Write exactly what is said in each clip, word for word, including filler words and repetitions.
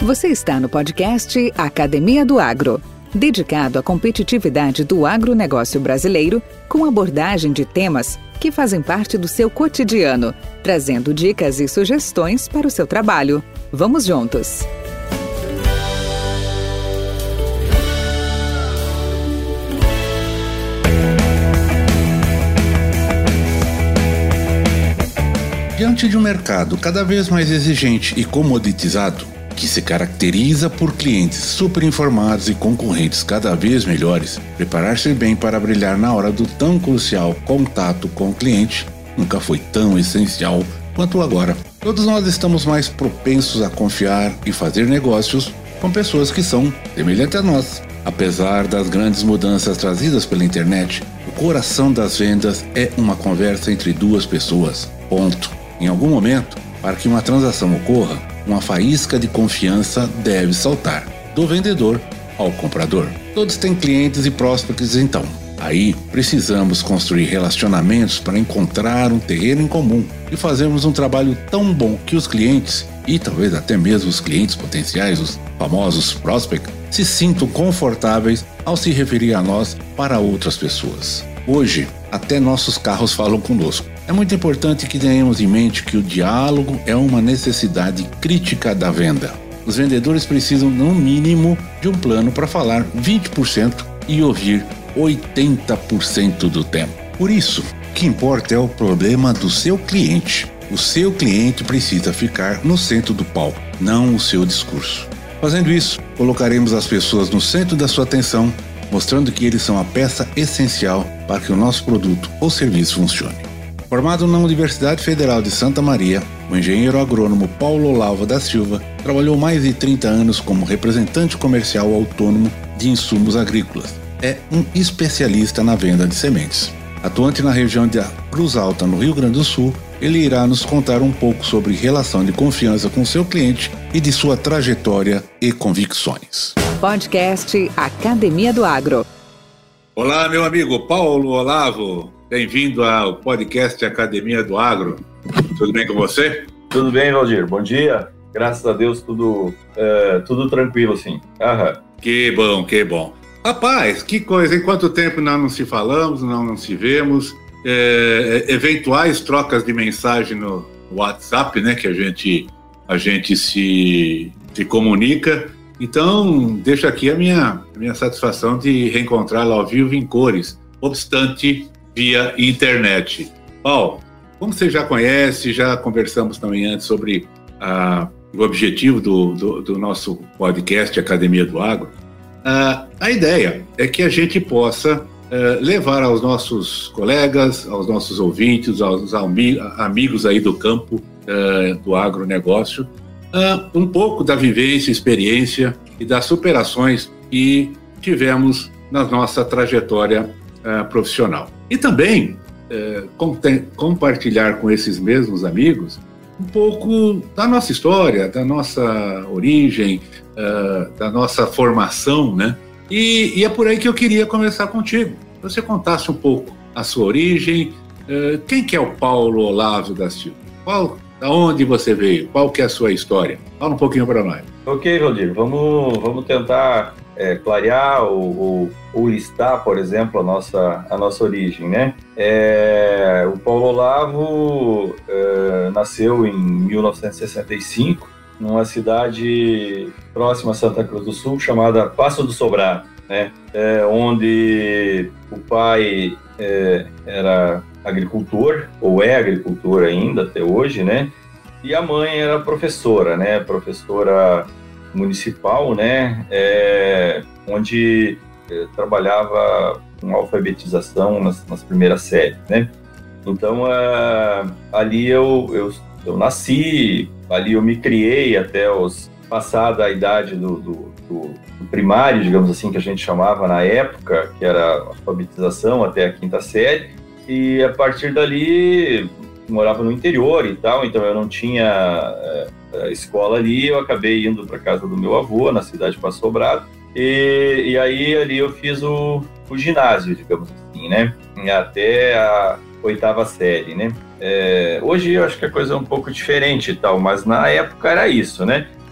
Você está no podcast Academia do Agro, dedicado à competitividade do agronegócio brasileiro, com abordagem de temas que fazem parte do seu cotidiano, trazendo dicas e sugestões para o seu trabalho. Vamos juntos! Diante de um mercado cada vez mais exigente e comoditizado, que se caracteriza por clientes super informados e concorrentes cada vez melhores, preparar-se bem para brilhar na hora do tão crucial contato com o cliente nunca foi tão essencial quanto agora. Todos nós estamos mais propensos a confiar e fazer negócios com pessoas que são semelhantes a nós. Apesar das grandes mudanças trazidas pela internet, o coração das vendas é uma conversa entre duas pessoas. Ponto. Em algum momento, para que uma transação ocorra, uma faísca de confiança deve saltar, do vendedor ao comprador. Todos têm clientes e prospects, então. Aí, precisamos construir relacionamentos para encontrar um terreno em comum e fazermos um trabalho tão bom que os clientes, e talvez até mesmo os clientes potenciais, os famosos prospects, se sintam confortáveis ao se referir a nós para outras pessoas. Hoje, até nossos carros falam conosco. É muito importante que tenhamos em mente que o diálogo é uma necessidade crítica da venda. Os vendedores precisam, no mínimo, de um plano para falar vinte por cento e ouvir oitenta por cento do tempo. Por isso, o que importa é o problema do seu cliente. O seu cliente precisa ficar no centro do palco, não o seu discurso. Fazendo isso, colocaremos as pessoas no centro da sua atenção, mostrando que eles são a peça essencial para que o nosso produto ou serviço funcione. Formado na Universidade Federal de Santa Maria, o engenheiro agrônomo Paulo Olavo da Silva trabalhou mais de trinta anos como representante comercial autônomo de insumos agrícolas. É um especialista na venda de sementes. Atuante na região de Cruz Alta, no Rio Grande do Sul, ele irá nos contar um pouco sobre relação de confiança com seu cliente e de sua trajetória e convicções. Podcast Academia do Agro. Olá, meu amigo Paulo Olavo. Bem-vindo ao podcast Academia do Agro. Tudo bem com você? Tudo bem, Valdir. Bom dia. Graças a Deus, tudo, uh, tudo tranquilo, sim. Aham. Que bom, que bom. Rapaz, que coisa. Em quanto tempo nós não se falamos, não, não se vemos? É, eventuais trocas de mensagem no WhatsApp, né? Que a gente, a gente se, se comunica. Então, deixo aqui a minha, a minha satisfação de reencontrá-lo ao vivo em cores, obstante via internet. Paulo, como você já conhece, já conversamos também antes sobre ah, o objetivo do, do, do nosso podcast Academia do Agro. Ah, a ideia é que a gente possa ah, levar aos nossos colegas, aos nossos ouvintes, aos ami- amigos aí do campo ah, do agronegócio, ah, um pouco da vivência, experiência e das superações que tivemos na nossa trajetória ah, profissional. E também eh, compartilhar com esses mesmos amigos um pouco da nossa história, da nossa origem, uh, da nossa formação, né? E, e é por aí que eu queria começar contigo. Você contasse um pouco a sua origem, uh, quem que é o Paulo Olavo da Silva? Qual, da onde você veio? Qual que é a sua história? Fala um pouquinho para nós. Ok, Valdir, vamos, vamos tentar é, clarear ou, ou, ou listar, por exemplo, a nossa, a nossa origem, né? É, o Paulo Olavo é, nasceu em mil novecentos e sessenta e cinco, numa cidade próxima a Santa Cruz do Sul, chamada Passo do Sobrado, né? É, onde o pai é, era agricultor, ou é agricultor ainda até hoje, né? E a mãe era professora, né? Professora municipal, né? É, onde é, trabalhava com alfabetização nas, nas primeiras séries, né? Então, é, ali eu, eu, eu nasci, ali eu me criei até os, passada a idade do, do, do, do primário, digamos assim, que a gente chamava na época, que era a alfabetização até a quinta série, e a partir dali morava no interior e tal, então eu não tinha é, escola ali, eu acabei indo para casa do meu avô, na cidade de Passo Sobrado, e, e aí ali eu fiz o, o ginásio, digamos assim, né, até a oitava série, né. É, hoje eu acho que a coisa é um pouco diferente e tal, mas na época era isso, né.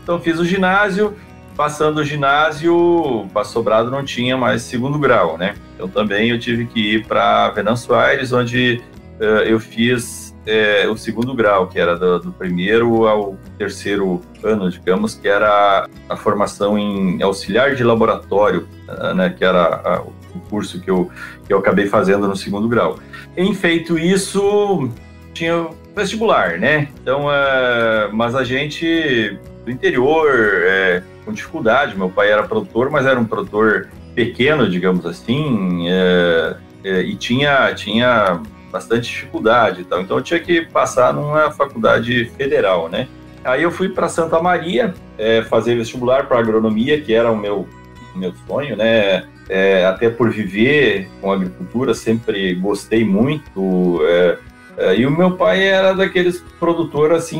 Então fiz o ginásio, passando o ginásio, Passo Sobrado não tinha mais segundo grau, né? Então também eu tive que ir para Venâncio Aires, onde uh, eu fiz uh, o segundo grau, que era do, do primeiro ao terceiro ano, digamos, que era a formação em auxiliar de laboratório, uh, né? Que era uh, o curso que eu, que eu acabei fazendo no segundo grau. Em feito isso, tinha vestibular, né? Então, uh, mas a gente do interior, é, com dificuldade, meu pai era produtor, mas era um produtor pequeno, digamos assim, é, é, e tinha, tinha bastante dificuldade e tal, então eu tinha que passar numa faculdade federal, né? Aí eu fui para Santa Maria é, fazer vestibular para agronomia, que era o meu, meu sonho, né? É, até por viver com agricultura, sempre gostei muito, é, é, e o meu pai era daqueles produtores assim,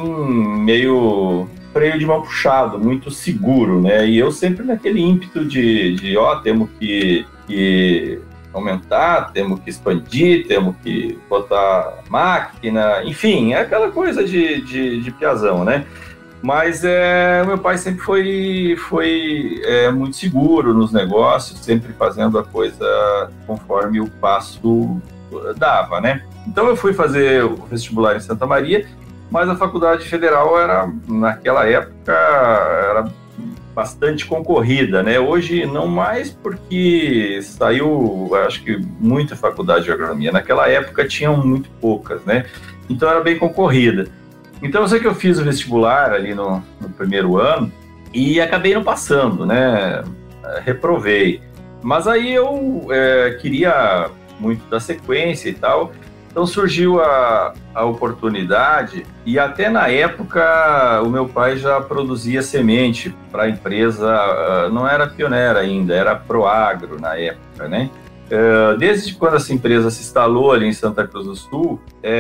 meio freio de mão puxado, muito seguro, né? E eu sempre naquele ímpeto de, de ó, temos que, que aumentar, temos que expandir, temos que botar máquina, enfim, é aquela coisa de, de, de piazão, né? Mas é, meu pai sempre foi, foi é, muito seguro nos negócios, sempre fazendo a coisa conforme o passo dava, né? Então eu fui fazer o vestibular em Santa Maria, mas a faculdade federal era, naquela época, era bastante concorrida, né? Hoje não mais, porque saiu, acho que, muita faculdade de agronomia. Naquela época tinham muito poucas, né? Então era bem concorrida. Então eu sei que eu fiz o vestibular ali no, no primeiro ano e acabei não passando, né? Reprovei. Mas aí eu é, queria muito da sequência e tal. Então surgiu a, a oportunidade e até na época o meu pai já produzia semente para a empresa, não era Pioneer ainda, era Proagro na época, né? Desde quando essa empresa se instalou ali em Santa Cruz do Sul,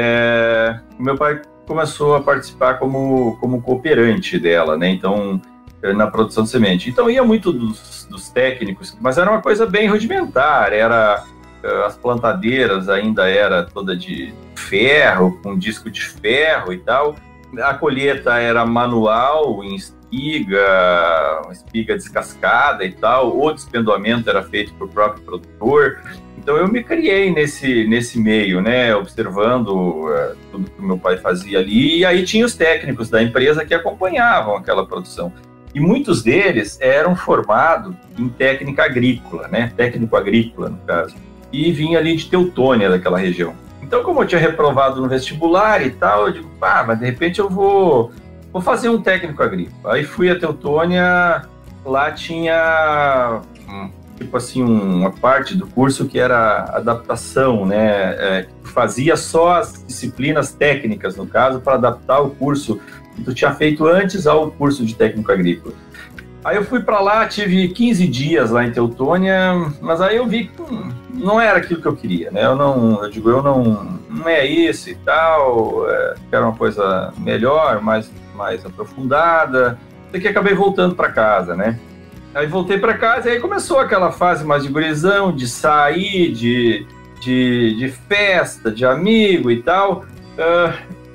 é, o meu pai começou a participar como, como cooperante dela, né? Então, na produção de semente. Então ia muito dos, dos técnicos, mas era uma coisa bem rudimentar, era... as plantadeiras ainda era toda de ferro, com disco de ferro e tal. A colheita era manual, em espiga, espiga descascada e tal. O despendoamento era feito pelo próprio produtor. Então eu me criei nesse, nesse meio, né, observando uh, tudo que o meu pai fazia ali. E aí tinha os técnicos da empresa que acompanhavam aquela produção. E muitos deles eram formados em técnica agrícola, né, técnico agrícola no caso. E vinha ali de Teutônia, daquela região. Então, como eu tinha reprovado no vestibular e tal, eu digo, pá, mas de repente eu vou, vou fazer um técnico agrícola. Aí fui a Teutônia, lá tinha, tipo assim, uma parte do curso que era adaptação, né? É, que fazia só as disciplinas técnicas, no caso, para adaptar o curso que tu tinha feito antes ao curso de técnico agrícola. Aí eu fui para lá, tive quinze dias lá em Teutônia, mas aí eu vi que hum, não era aquilo que eu queria, né? Eu não, eu digo, eu não, não é isso e tal, é, quero uma coisa melhor, mais, mais aprofundada. Até que acabei voltando para casa, né? Aí voltei para casa e aí começou aquela fase mais de gurizão, de sair, de, de, de festa, de amigo e tal. Uh,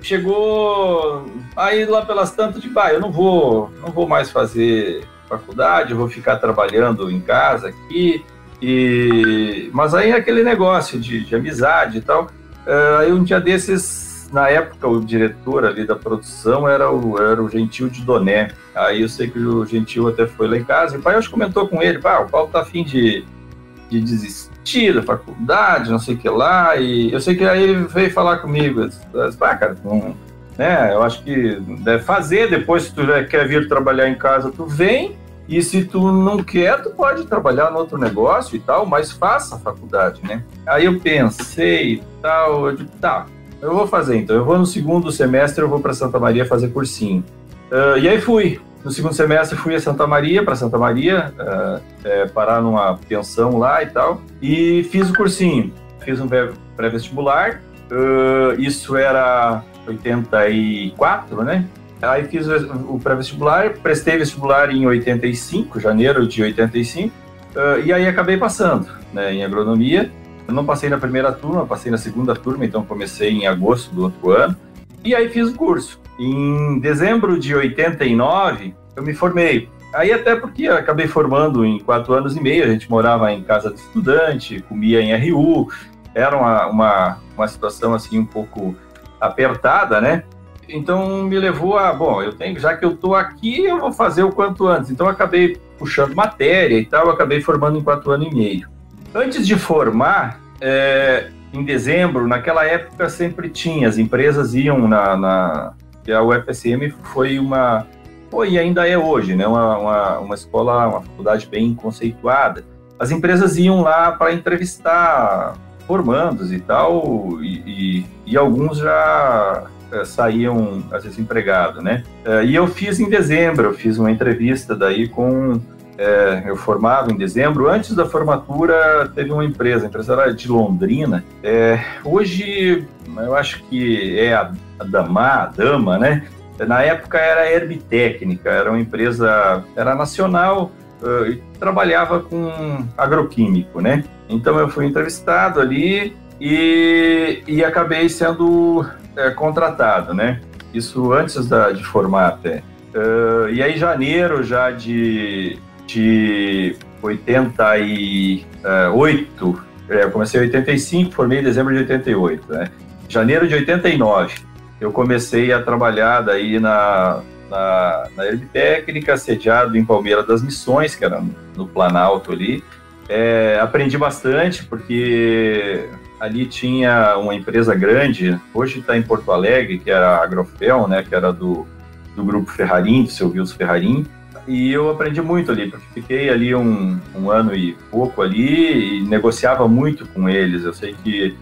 chegou aí lá pelas tantas de, bah, eu não vou, não vou mais fazer faculdade, eu vou ficar trabalhando em casa aqui, e... mas aí é aquele negócio de, de amizade e tal. Uh, aí um dia desses, na época, o diretor ali da produção era o, era o Gentil de Doné. Aí eu sei que o Gentil até foi lá em casa, e o pai acho que comentou com ele, pá, o Paulo tá afim de, de desistir da faculdade, não sei o que lá, e eu sei que aí ele veio falar comigo, pá, cara, não... né? Eu acho que deve fazer, depois se tu quer vir trabalhar em casa, tu vem, e se tu não quer, tu pode trabalhar no outro negócio e tal, mas faça a faculdade, né? Aí eu pensei e tal, eu digo, tá, eu vou fazer então, eu vou no segundo semestre, eu vou para Santa Maria fazer cursinho. Uh, e aí fui, no segundo semestre fui a Santa Maria, para Santa Maria, uh, é, parar numa pensão lá e tal, e fiz o cursinho, fiz um pré-vestibular, uh, isso era oitenta e quatro, né? Aí fiz o pré-vestibular, prestei vestibular em oitenta e cinco, janeiro de oitenta e cinco, uh, e aí acabei passando, né, em agronomia. Eu não passei na primeira turma, passei na segunda turma, então comecei em agosto do outro ano, e aí fiz o curso. Em dezembro de oitenta e nove, eu me formei. Aí até porque eu acabei formando em quatro anos e meio, a gente morava em casa de estudante, comia em R U, era uma, uma, uma situação assim um pouco apertada, né? Então me levou a, bom, eu tenho, já que eu estou aqui, eu vou fazer o quanto antes. Então eu acabei puxando matéria e tal, eu acabei formando em quatro anos e meio. Antes de formar, é, em dezembro, naquela época sempre tinha, as empresas iam na... na que a U F S M foi uma... Foi e ainda é hoje, né? Uma, uma, uma escola, uma faculdade bem conceituada. As empresas iam lá para entrevistar formandos e tal, e, e, e alguns já é, saíam, às vezes, empregados, né? É, e eu fiz em dezembro, eu fiz uma entrevista daí com... É, eu formava em dezembro. Antes da formatura, teve uma empresa, a empresa era de Londrina. É, hoje, eu acho que é a, a Dama, a Dama, né? Na época era a Herbtécnica, era uma empresa, era nacional uh, e trabalhava com agroquímico, né? Então eu fui entrevistado ali e, e acabei sendo é, contratado, né? Isso antes da, de formar até. Uh, e aí, em janeiro já de, de oitenta e oito, é, eu comecei em oitenta e cinco, formei em dezembro de oitenta e oito, né? Janeiro de oitenta e nove, eu comecei a trabalhar daí na, na, na Herbtécnica, sediado em Palmeira das Missões, que era no Planalto ali. É, aprendi bastante, porque ali tinha uma empresa grande, hoje está em Porto Alegre, que era a Agrofel, né, que era do, do grupo Ferrarim, do seu Wilson Ferrarim, e eu aprendi muito ali, porque fiquei ali um, um ano e pouco ali e negociava muito com eles. Eu sei que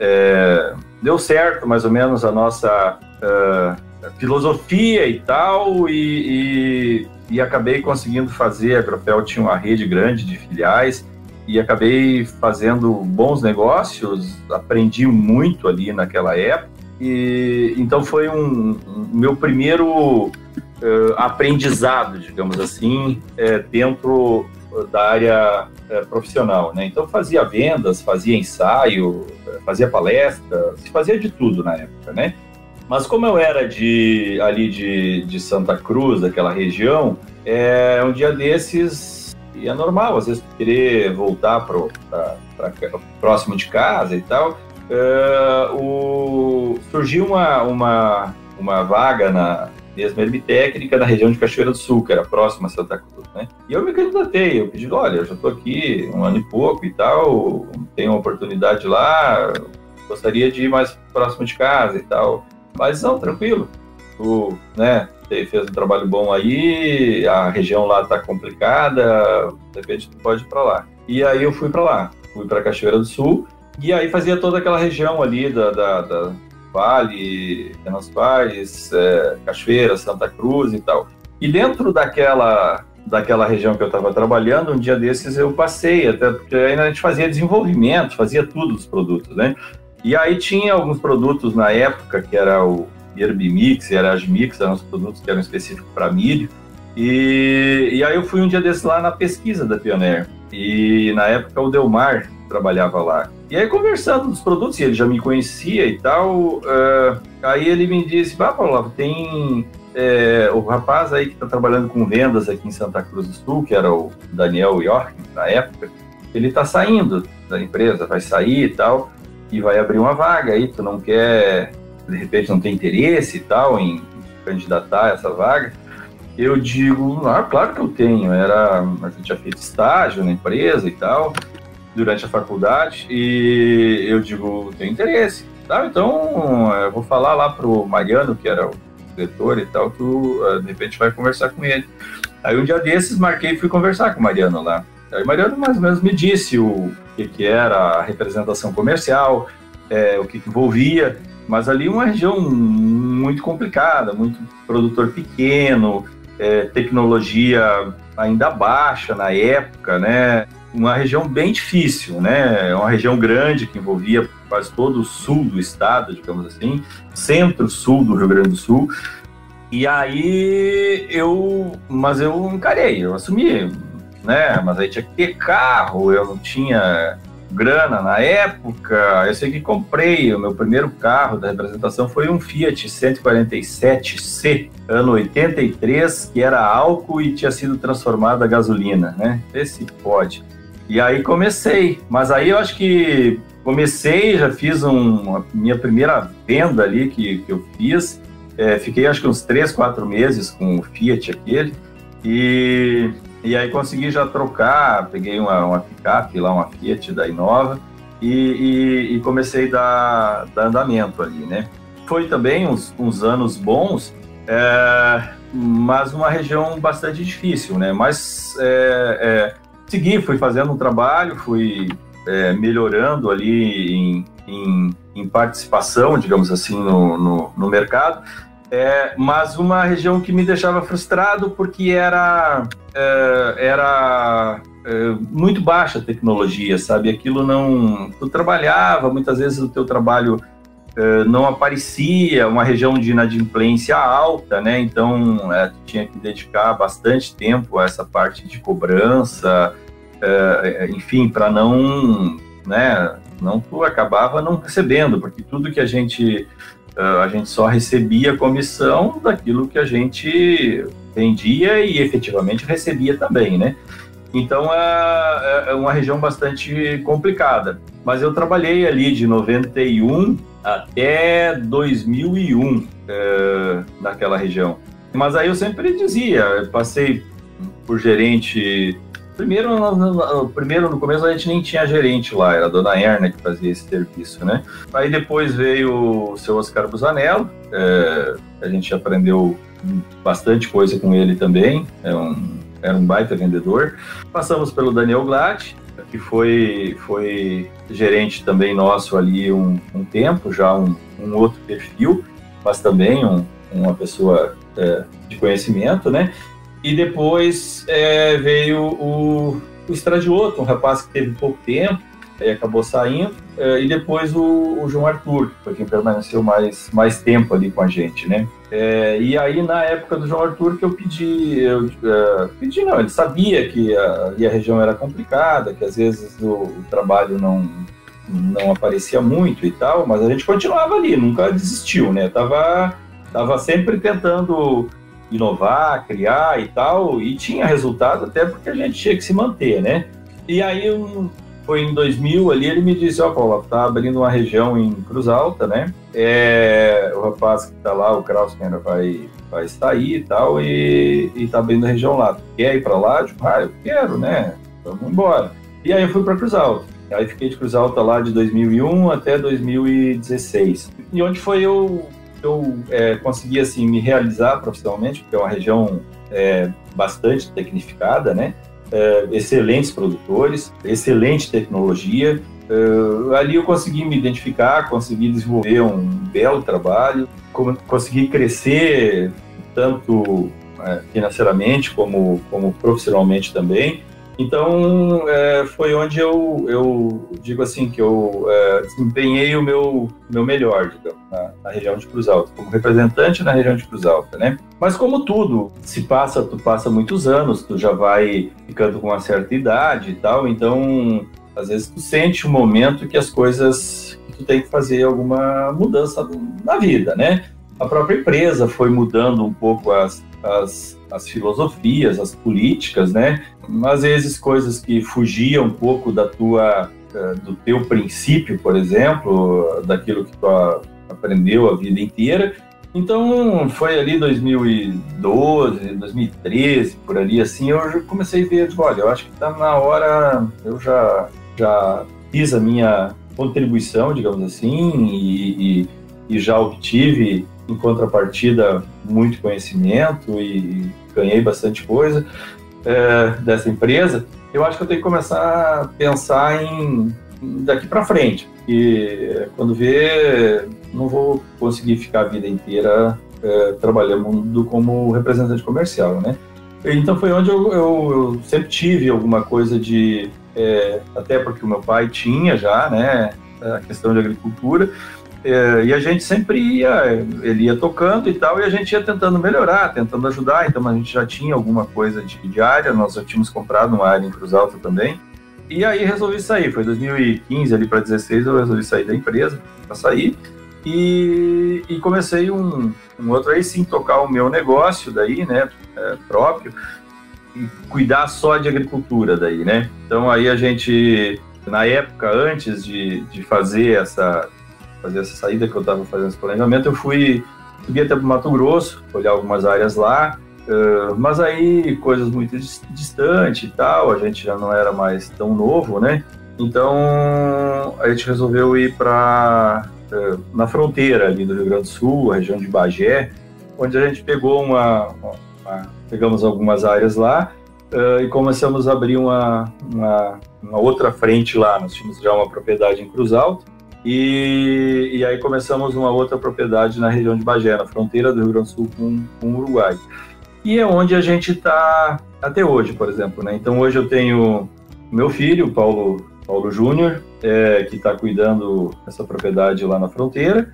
é, deu certo mais ou menos a nossa uh, filosofia e tal, e, e, e acabei conseguindo fazer. A Agrofel tinha uma rede grande de filiais e acabei fazendo bons negócios, aprendi muito ali naquela época, e então foi um, um meu primeiro uh, aprendizado, digamos assim, é, dentro da área é, profissional, né? Então fazia vendas, fazia ensaio, fazia palestras, fazia de tudo na época, né? Mas como eu era de, ali de, de Santa Cruz, daquela região, é, um dia desses, e é normal, às vezes, querer voltar para próximo de casa e tal, é, o, surgiu uma, uma, uma vaga na mesma Herbtécnica na região de Cachoeira do Sul, que era próxima a Santa Cruz, né? E eu me candidatei, eu pedi, olha, eu já estou aqui um ano e pouco e tal, tenho uma oportunidade lá, gostaria de ir mais próximo de casa e tal. Mas não, tranquilo, tu, né, fez um trabalho bom aí, a região lá está complicada, de repente tu pode ir para lá. E aí eu fui para lá, fui para Cachoeira do Sul, e aí fazia toda aquela região ali da, da, da Vale, Minas Vales, é, Cachoeira, Santa Cruz e tal. E dentro daquela, daquela região que eu estava trabalhando, um dia desses eu passei, até porque ainda a gente fazia desenvolvimento, fazia tudo dos produtos, né? E aí tinha alguns produtos na época, que era o Herbimix e Erasmix, eram os produtos que eram específicos para milho. E, e aí eu fui um dia desses lá na pesquisa da Pioneer. E na época o Delmar trabalhava lá. E aí conversando dos produtos, e ele já me conhecia e tal, uh, aí ele me disse, ah, Paulo, tem é, o rapaz aí que está trabalhando com vendas aqui em Santa Cruz do Sul, que era o Daniel York na época, ele está saindo da empresa, vai sair e tal, e vai abrir uma vaga aí, tu não quer, de repente não tem interesse e tal em candidatar essa vaga? Eu digo, ah, claro que eu tenho, era, a gente tinha feito estágio na empresa e tal, durante a faculdade, e eu digo, tenho interesse, tá? Então eu vou falar lá pro Mariano, que era o diretor e tal, tu de repente vai conversar com ele. Aí um dia desses marquei e fui conversar com o Mariano lá. Aí o Mariano mais ou menos me disse o que, que era a representação comercial, é, o que, que envolvia, mas ali uma região muito complicada, muito produtor pequeno, é, tecnologia ainda baixa na época, né? Uma região bem difícil, né? Uma região grande que envolvia quase todo o sul do estado, digamos assim, centro-sul do Rio Grande do Sul. E aí eu, mas eu encarei, eu assumi, né? Mas aí tinha que ter carro, eu não tinha grana na época. Eu sei que comprei o meu primeiro carro da representação, foi um Fiat cento e quarenta e sete C, ano oitenta e três, que era álcool e tinha sido transformado a gasolina, né? Esse pode. E aí comecei, mas aí eu acho que comecei, já fiz um, a minha primeira venda ali que, que eu fiz, é, fiquei acho que uns três, quatro meses com o Fiat aquele, e, e aí consegui já trocar, peguei uma, uma picape lá, uma Fiat da Inova, e, e, e comecei a dar, dar andamento ali, né? Foi também uns, uns anos bons, é, mas uma região bastante difícil, né? Mas é, é, segui, fui fazendo um trabalho, fui é, melhorando ali em, em, em participação, digamos assim, no, no, no mercado, é, mas uma região que me deixava frustrado porque era, é, era é, muito baixa a tecnologia, sabe? Aquilo não... Tu trabalhava, muitas vezes o teu trabalho é, não aparecia, uma região de inadimplência alta, né? Então, é, tu tinha que dedicar bastante tempo a essa parte de cobrança, é, enfim, para não, né? Não, tu acabava não recebendo, porque tudo que a gente... a gente só recebia comissão daquilo que a gente vendia e efetivamente recebia também, né? Então é, é uma região bastante complicada. Mas eu trabalhei ali de noventa e um até dois mil e um é, naquela região. Mas aí eu sempre dizia, eu passei por gerente... Primeiro no, no, primeiro, no começo, a gente nem tinha gerente lá, era a dona Erna que fazia esse serviço, né? Aí depois veio o seu Oscar Busanello, é, a gente aprendeu bastante coisa com ele também, é um, era um baita vendedor. Passamos pelo Daniel Glatt, que foi, foi gerente também nosso ali um, um tempo, já um, um outro perfil, mas também um, uma pessoa é, de conhecimento, né? E depois é, veio o, o Stradioto, um rapaz que teve pouco tempo, aí acabou saindo, é, e depois o, o João Arthur, que foi quem permaneceu mais, mais tempo ali com a gente, né? É, e aí, na época do João Arthur, que eu pedi, eu, uh, pedi não, ele sabia que a, e a região era complicada, que às vezes o, o trabalho não, não aparecia muito e tal, mas a gente continuava ali, nunca desistiu, né? Tava, tava sempre tentando... inovar, criar e tal, e tinha resultado até porque a gente tinha que se manter, né? E aí, um, foi em dois mil ali, ele me disse, ó, oh, Paulo, tá abrindo uma região em Cruz Alta, né? É, o rapaz que tá lá, o Krausner, vai, vai sair e tal, e, e tá abrindo a região lá. Tu quer ir pra lá? Eu digo, ah, eu quero, né? Vamos embora. E aí eu fui pra Cruz Alta. Aí fiquei de Cruz Alta lá de dois mil e um até dois mil e dezesseis. E onde foi eu... eu é, consegui assim, me realizar profissionalmente, porque é uma região é, bastante tecnificada, né? É, excelentes produtores, excelente tecnologia. É, ali eu consegui me identificar, consegui desenvolver um belo trabalho, consegui crescer tanto é, financeiramente como, como profissionalmente também. Então, é, foi onde eu, eu digo assim, que eu é, desempenhei o meu, meu melhor, digamos, na, na região de Cruz Alta, como representante na região de Cruz Alta, né? Mas como tudo, se passa, tu passa muitos anos, tu já vai ficando com uma certa idade e tal, então, às vezes tu sente um momento que as coisas, que tu tem que fazer alguma mudança na vida, né? A própria empresa foi mudando um pouco as, as, as filosofias, as políticas, né? Às vezes coisas que fugiam um pouco da tua, do teu princípio, por exemplo, daquilo que tu aprendeu a vida inteira. Então, foi ali dois mil e doze, dois mil e treze, por ali, assim, eu comecei a ver, digo, olha, eu acho que está na hora, eu já, já fiz a minha contribuição, digamos assim, e, e, e já obtive, em contrapartida, muito conhecimento e ganhei bastante coisa é, dessa empresa. Eu acho que eu tenho que começar a pensar em daqui para frente, porque quando vê, não vou conseguir ficar a vida inteira é, trabalhando como representante comercial, né? Então foi onde eu, eu, eu sempre tive alguma coisa de, é, até porque o meu pai tinha já, né, a questão de agricultura, É, e a gente sempre ia, ele ia tocando e tal, e a gente ia tentando melhorar, tentando ajudar. Então a gente já tinha alguma coisa de, de área, nós já tínhamos comprado uma área em Cruz Alta também, E aí resolvi sair, foi dois mil e quinze ali para dezesseis, eu resolvi sair da empresa, para sair, e, e comecei um, um outro aí sim, tocar o meu negócio daí, né, é, próprio, e cuidar só de agricultura daí, né. Então aí a gente, na época, antes de, de fazer essa, fazer essa saída que eu estava fazendo esse planejamento, eu fui, subi até para o Mato Grosso, olhar algumas áreas lá, Uh, mas aí coisas muito distantes e tal, a gente já não era mais tão novo, né? Então a gente resolveu ir para uh, na fronteira ali do Rio Grande do Sul, a região de Bagé, onde a gente pegou uma, uma, uma pegamos algumas áreas lá uh, e começamos a abrir uma, uma, uma outra frente lá. Nós tínhamos já uma propriedade em Cruz Alta e, e aí começamos uma outra propriedade na região de Bagé, na fronteira do Rio Grande do Sul com, com o Uruguai. E é onde a gente está até hoje, por exemplo, né? Então hoje eu tenho meu filho, Paulo, Paulo Júnior, é, que está cuidando dessa propriedade lá na fronteira,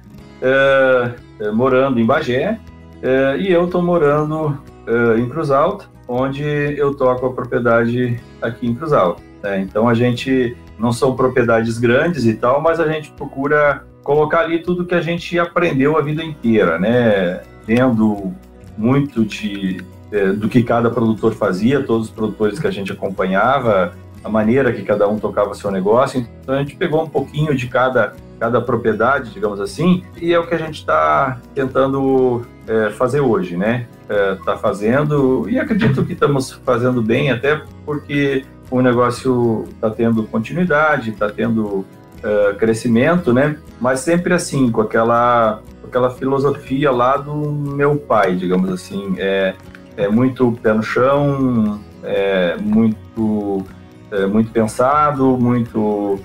é, é, morando em Bagé, é, e eu estou morando é, em Cruz Alta, onde eu toco a propriedade aqui em Cruz Alta, né? Então a gente não são propriedades grandes e tal, mas a gente procura colocar ali tudo que a gente aprendeu a vida inteira, né? Vendo muito de, é, do que cada produtor fazia, todos os produtores que a gente acompanhava, a maneira que cada um tocava seu negócio. Então a gente pegou um pouquinho de cada, cada propriedade, digamos assim, e é o que a gente está tentando é, fazer hoje, né? Está é, fazendo, e acredito que estamos fazendo bem, até porque o negócio está tendo continuidade, está tendo é, crescimento, né? Mas sempre assim, com aquela... aquela filosofia lá do meu pai, digamos assim, é, é muito pé no chão, é muito, é muito pensado, muito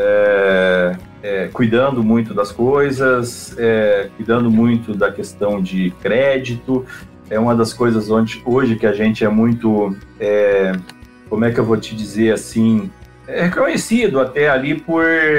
é, é, cuidando muito das coisas, é, cuidando muito da questão de crédito. É uma das coisas onde hoje que a gente é muito, é, como é que eu vou te dizer assim, é reconhecido até ali por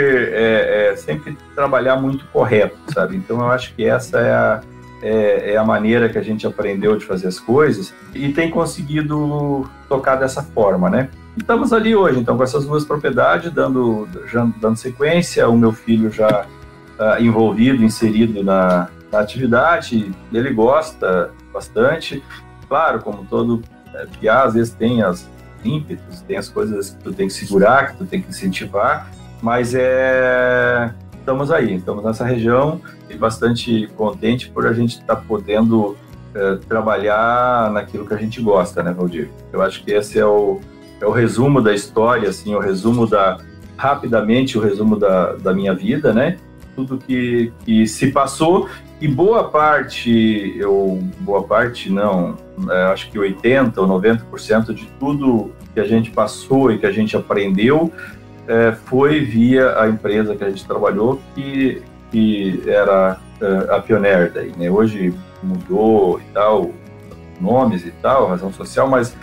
é, é, sempre trabalhar muito correto, sabe? Então eu acho que essa é a, é, é a maneira que a gente aprendeu de fazer as coisas e tem conseguido tocar dessa forma, né? E estamos ali hoje, então, com essas duas propriedades, dando, já, dando sequência, o meu filho já uh, envolvido, inserido na, na atividade, ele gosta bastante. Claro, como todo é, piá, às vezes tem as ímpetos, tem as coisas que tu tem que segurar, que tu tem que incentivar, mas é... estamos aí, estamos nessa região e bastante contente por a gente estar tá podendo é, trabalhar naquilo que a gente gosta, né, Valdir? Eu acho que esse é o, é o resumo da história, assim, o resumo da, rapidamente, o resumo da, da minha vida, né? Tudo que, que se passou e boa parte, eu, boa parte não, é, acho que oitenta ou noventa por cento de tudo que a gente passou e que a gente aprendeu é, foi via a empresa que a gente trabalhou, que, que era é, a Pioneer daí, né? Hoje mudou e tal, nomes e tal, razão social, mas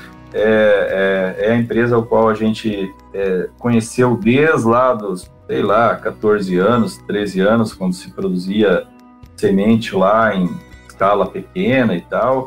é, é, é a empresa ao qual a gente é, conheceu desde lá dos, sei lá, catorze anos, treze anos, quando se produzia semente lá em escala pequena e tal,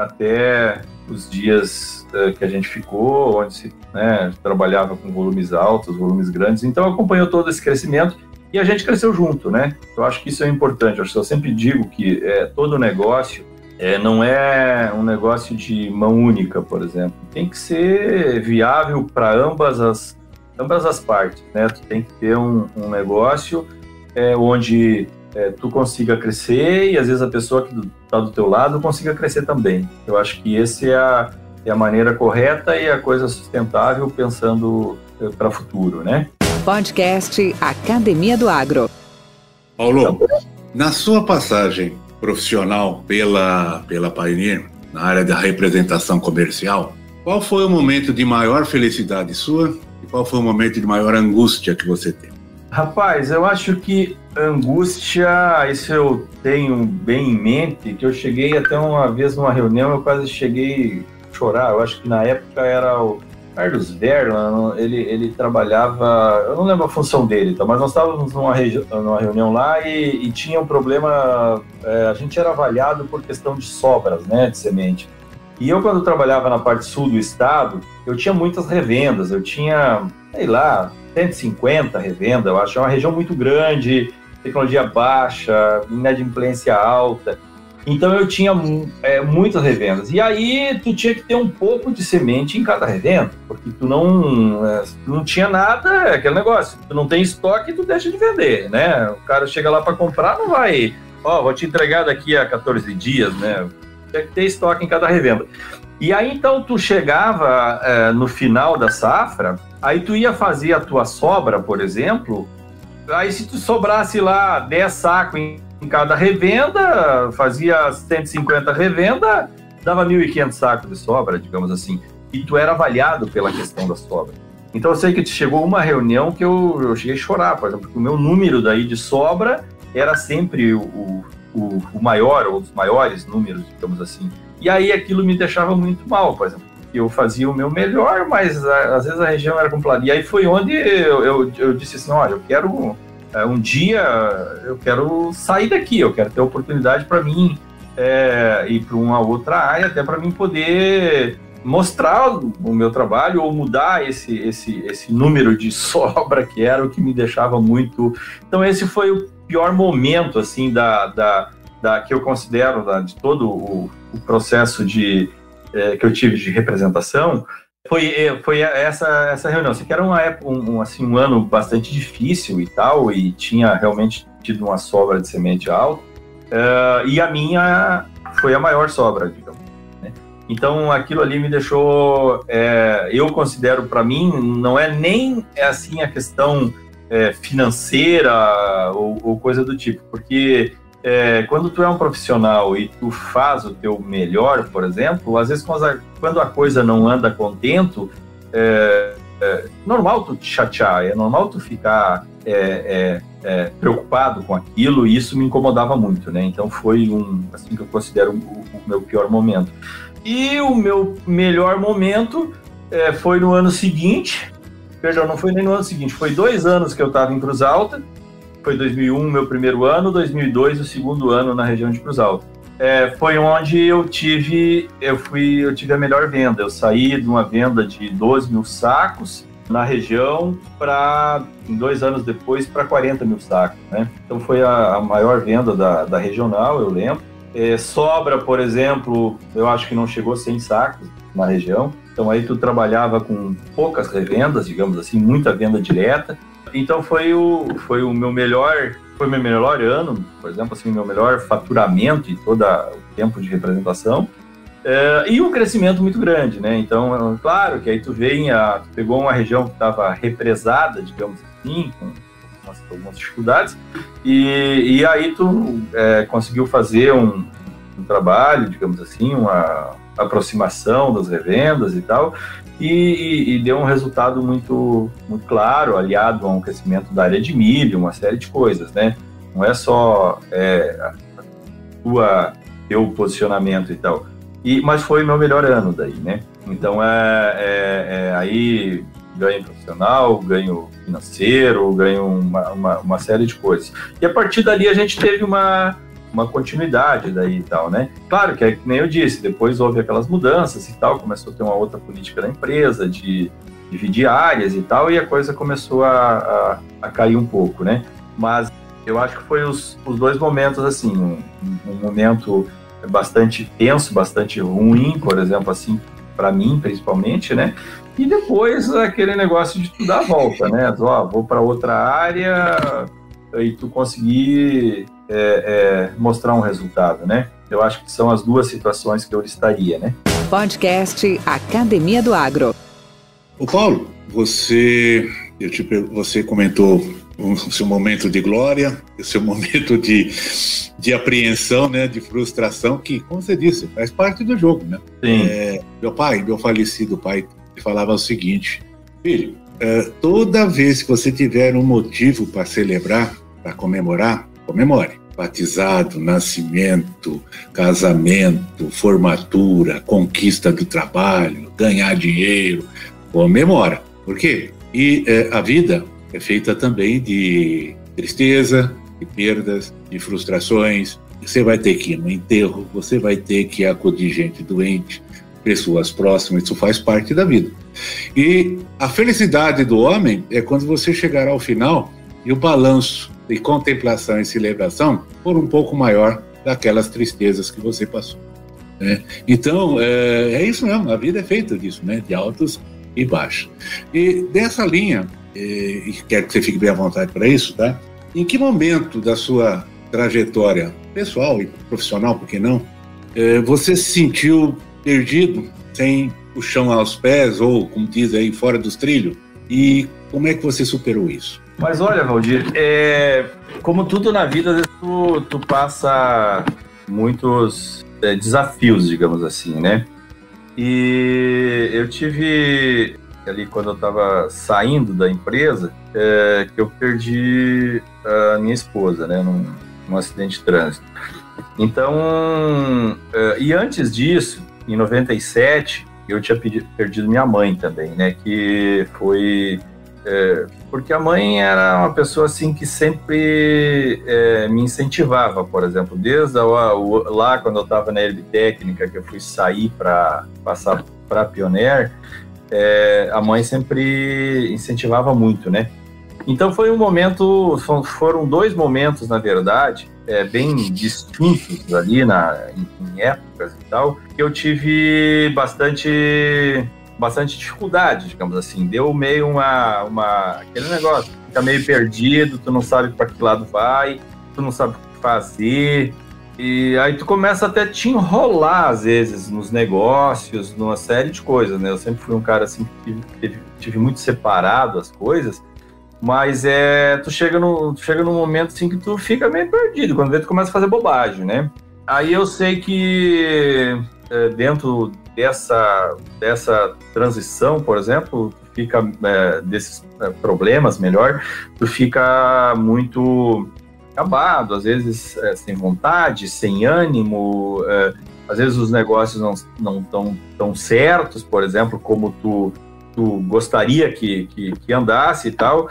até os dias uh, que a gente ficou, onde se né, trabalhava com volumes altos, volumes grandes. Então acompanhou todo esse crescimento e a gente cresceu junto, né? Eu acho que isso é importante. Eu, acho que eu sempre digo que é, todo negócio é, não é um negócio de mão única, por exemplo. Tem que ser viável para ambas as, ambas as partes, né? Tu tem que ter um, um negócio é, onde É, tu consiga crescer e às vezes a pessoa que está do teu lado consiga crescer também. Eu acho que essa é a, é a maneira correta e a coisa sustentável pensando é, para o futuro, né? Podcast Academia do Agro. Paulo, na sua passagem profissional pela, pela Pioneer, na área da representação comercial, qual foi o momento de maior felicidade sua e qual foi o momento de maior angústia que você teve? Rapaz, eu acho que angústia, isso eu tenho bem em mente, que eu cheguei até uma vez numa reunião, eu quase cheguei a chorar. Eu acho que na época era o Carlos Verla, ele, ele trabalhava, eu não lembro a função dele, tá? Mas nós estávamos numa, regi- numa reunião lá e, e tinha um problema, é, a gente era avaliado por questão de sobras, né, de semente. E eu, quando trabalhava na parte sul do estado, eu tinha muitas revendas, eu tinha, sei lá, cento e cinquenta revendas, eu acho, é uma região muito grande, tecnologia baixa, inadimplência alta. Então eu tinha é, muitas revendas. E aí tu tinha que ter um pouco de semente em cada revenda, porque tu não, é, tu não tinha nada, é aquele negócio, tu não tem estoque, tu deixa de vender, né? O cara chega lá para comprar, não vai, ó, oh, vou te entregar daqui a quatorze dias, né? Tem que ter estoque em cada revenda. E aí então tu chegava é, no final da safra, aí tu ia fazer a tua sobra, por exemplo, aí se tu sobrasse lá dez sacos em em cada revenda, fazia cento e cinquenta revenda, dava mil e quinhentos sacos de sobra, digamos assim. E tu era avaliado pela questão da sobra. Então eu sei que chegou uma reunião que eu, eu cheguei a chorar, por exemplo, porque o meu número daí de sobra era sempre o, o, o maior, ou os maiores números, digamos assim. E aí aquilo me deixava muito mal, por exemplo. Eu fazia o meu melhor, mas a, às vezes a região era complicada. E aí foi onde eu, eu, eu disse assim, olha, eu quero... Um dia eu quero sair daqui, eu quero ter oportunidade para mim é, ir para uma outra área, até para mim poder mostrar o meu trabalho ou mudar esse, esse, esse número de sobra que era o que me deixava muito... Então esse foi o pior momento assim, da, da, da, que eu considero da, de todo o, o processo de, é, que eu tive de representação. Foi, foi essa, essa reunião, assim, que era uma época, um, assim, um ano bastante difícil e tal, e tinha realmente tido uma sobra de semente alta, uh, e a minha foi a maior sobra, digamos, né? Então aquilo ali me deixou, é, eu considero para mim, não é nem assim a questão é, financeira ou, ou coisa do tipo, porque É, quando tu é um profissional e tu faz o teu melhor, por exemplo, às vezes quando a, quando a coisa não anda contento, é, é normal tu te chatear, é normal tu ficar é, é, é, preocupado com aquilo, e isso me incomodava muito, né? Então foi um, assim que eu considero o, o meu pior momento. E o meu melhor momento é, foi no ano seguinte, perdão, não foi nem no ano seguinte, foi dois anos que eu estava em Cruz Alta. Foi dois mil e um, meu primeiro ano, dois mil e dois, o segundo ano na região de Cruz Alta. É, foi onde eu tive, eu, fui, eu tive a melhor venda. Eu saí de uma venda de doze mil sacos na região para, dois anos depois, para quarenta mil sacos, né? Então foi a, a maior venda da, da regional, eu lembro. É, sobra, por exemplo, eu acho que não chegou a cem sacos na região. Então aí tu trabalhava com poucas revendas, digamos assim, muita venda direta. Então foi o, foi o meu melhor, foi o meu melhor ano, por exemplo, assim, o meu melhor faturamento e todo o tempo de representação, é, e um crescimento muito grande, né? Então, claro que aí tu vem, a, tu pegou uma região que estava represada, digamos assim, com algumas, algumas dificuldades, e, e aí tu é, conseguiu fazer um, um trabalho, digamos assim, uma aproximação das revendas e tal, e, e, e deu um resultado muito, muito claro, aliado a um crescimento da área de milho, uma série de coisas, né? Não é só é, a tua, teu posicionamento e tal. E, mas foi o meu melhor ano daí, né? Então, é, é, é, aí ganho profissional, ganho financeiro, ganho uma, uma, uma série de coisas. E a partir dali a gente teve uma... uma continuidade daí e tal, né? Claro que é que nem eu disse, depois houve aquelas mudanças e tal, começou a ter uma outra política da empresa, de dividir áreas e tal, e a coisa começou a, a, a cair um pouco, né? Mas eu acho que foi os, os dois momentos, assim, um, um momento bastante tenso, bastante ruim, por exemplo, assim, para mim, principalmente, né? E depois aquele negócio de tu dar a volta, né? Ó, vou para outra área e tu conseguir é, é, mostrar um resultado, né? Eu acho que são as duas situações que eu listaria, né? Podcast Academia do Agro. Ô Paulo, você, eu te, você comentou o seu momento de glória, o seu momento de, de apreensão, né, de frustração, que, como você disse, faz parte do jogo, né? Sim. É, meu pai, meu falecido pai, falava o seguinte: filho, é, toda vez que você tiver um motivo para celebrar, para comemorar, comemore. Batizado, nascimento, casamento, formatura, conquista do trabalho, ganhar dinheiro, comemora. Por quê? E é, a vida é feita também de tristeza, de perdas, de frustrações. Você vai ter que ir no enterro, você vai ter que acudir gente doente, pessoas próximas, isso faz parte da vida. E a felicidade do homem é quando você chegar ao final e o balanço de contemplação e celebração for um pouco maior daquelas tristezas que você passou, né? Então, é, é isso mesmo, a vida é feita disso, né? De altos e baixos. E dessa linha, e, e quero que você fique bem à vontade para isso, tá? Em que momento da sua trajetória pessoal e profissional, por que não, é, você se sentiu perdido, sem o chão aos pés, ou, como diz aí, fora dos trilhos? E como é que você superou isso? Mas olha, Valdir, é, como tudo na vida, tu, tu passa muitos é, desafios, digamos assim, né? E eu tive, ali quando eu estava saindo da empresa, é, que eu perdi a minha esposa, né? Num, num acidente de trânsito. Então, é, e antes disso, em noventa e sete, eu tinha pedi, perdido minha mãe também, né? Que foi... É, porque a mãe era uma pessoa assim que sempre é, me incentivava, por exemplo, desde a, o, lá quando eu estava na Herbitécnica, que eu fui sair para passar para a Pioneer, é, a mãe sempre incentivava muito, né? Então foi um momento, foram dois momentos, na verdade, é, bem distintos ali na, em, em épocas e tal, que eu tive bastante... bastante dificuldade, digamos assim, deu meio uma, uma aquele negócio, fica meio perdido, tu não sabe para que lado vai, tu não sabe o que fazer, e aí tu começa até a te enrolar, às vezes, nos negócios, numa série de coisas, né? Eu sempre fui um cara, assim, que tive, tive muito separado as coisas, mas é, tu chega no, tu chega num momento, assim, que tu fica meio perdido, quando vê tu começa a fazer bobagem, né? Aí eu sei que é, dentro dessa, dessa transição, por exemplo, tu fica, é, desses é, problemas, melhor, tu fica muito acabado, às vezes é, sem vontade, sem ânimo, é, às vezes os negócios não não estão tão certos, por exemplo, como tu, tu gostaria que, que, que andasse e tal,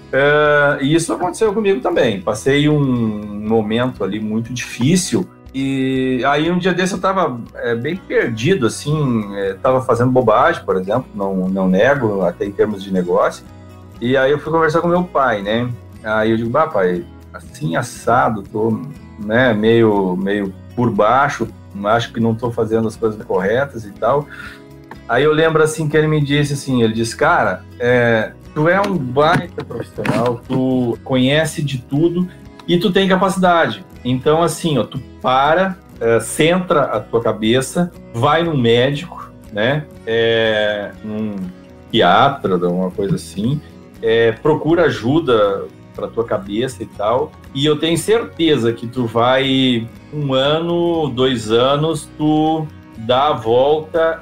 é, e isso aconteceu comigo também. Passei um momento ali muito difícil. E aí um dia desse eu tava é, bem perdido, assim, é, tava fazendo bobagem, por exemplo, não, não nego, até em termos de negócio. E aí eu fui conversar com meu pai, né? Aí eu digo, bah, pai, assim, assado, tô, né, meio, meio por baixo, acho que não tô fazendo as coisas corretas e tal. Aí eu lembro, assim, que ele me disse assim, ele disse, cara, é, tu é um baita profissional, tu conhece de tudo e tu tem capacidade. Então, assim, ó, tu para, é, centra a tua cabeça, vai num médico, né, é, num psiquiatra, uma coisa assim, é, procura ajuda para tua cabeça e tal, e eu tenho certeza que tu vai, um ano, dois anos, tu dá a volta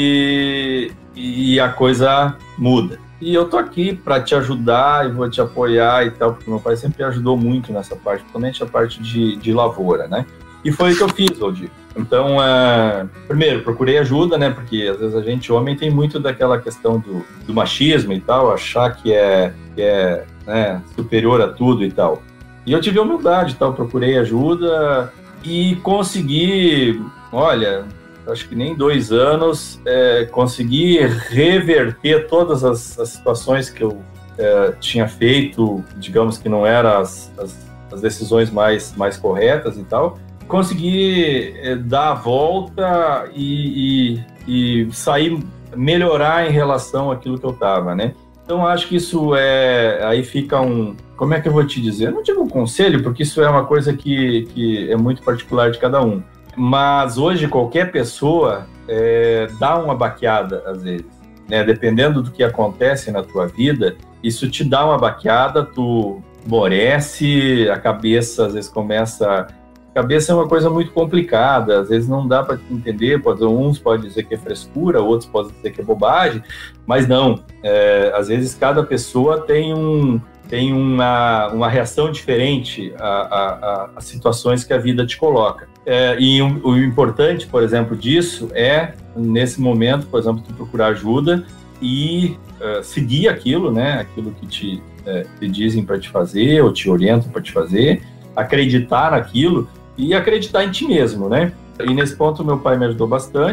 e, e a coisa muda. E eu tô aqui para te ajudar e vou te apoiar e tal, porque meu pai sempre ajudou muito nessa parte, principalmente a parte de, de lavoura, né? E foi o que eu fiz, Valdir. Então, uh, primeiro, procurei ajuda, né? Porque às vezes a gente, homem, tem muito daquela questão do, do machismo e tal, achar que é, que é né, superior a tudo e tal. E eu tive humildade e tal, procurei ajuda e consegui, olha... acho que nem dois anos, é, consegui reverter todas as, as situações que eu é, tinha feito, digamos que não eram as, as, as decisões mais, mais corretas e tal. Consegui é, dar a volta e, e, e sair, melhorar em relação àquilo que eu estava, né? Então, acho que isso é... aí fica um... como é que eu vou te dizer? Eu não digo um conselho, porque isso é uma coisa que, que é muito particular de cada um. Mas hoje qualquer pessoa é, dá uma baqueada às vezes, né? Dependendo do que acontece na tua vida, isso te dá uma baqueada, tu esmorece, a cabeça às vezes começa... A cabeça é uma coisa muito complicada, às vezes não dá para entender, pode, uns podem dizer que é frescura, outros podem dizer que é bobagem, mas não, é, às vezes cada pessoa tem um... tem uma, uma reação diferente a, a, a situações que a vida te coloca. É, e o, o importante, por exemplo, disso é, nesse momento, por exemplo, tu procurar ajuda e uh, seguir aquilo, né, aquilo que te, uh, te dizem para te fazer ou te orientam para te fazer, acreditar naquilo e acreditar em ti mesmo, né? E nesse ponto meu pai me ajudou bastante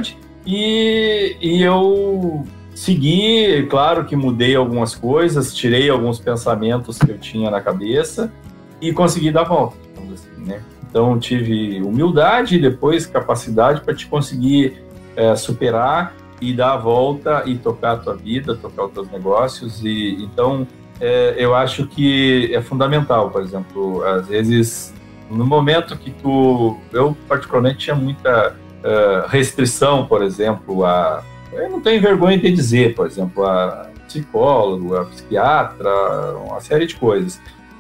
E, e eu segui, claro que mudei algumas coisas, tirei alguns pensamentos que eu tinha na cabeça e consegui dar a volta, vamos assim, né? Então, tive humildade e depois capacidade para te conseguir é, superar e dar a volta e tocar a tua vida, tocar os teus negócios. E, então, é, eu acho que é fundamental, por exemplo, às vezes, no momento que tu... Eu, particularmente, tinha muita uh, restrição, por exemplo, a... Eu não tenho vergonha de dizer, por exemplo, a psicólogo, a psiquiatra, uma série de coisas.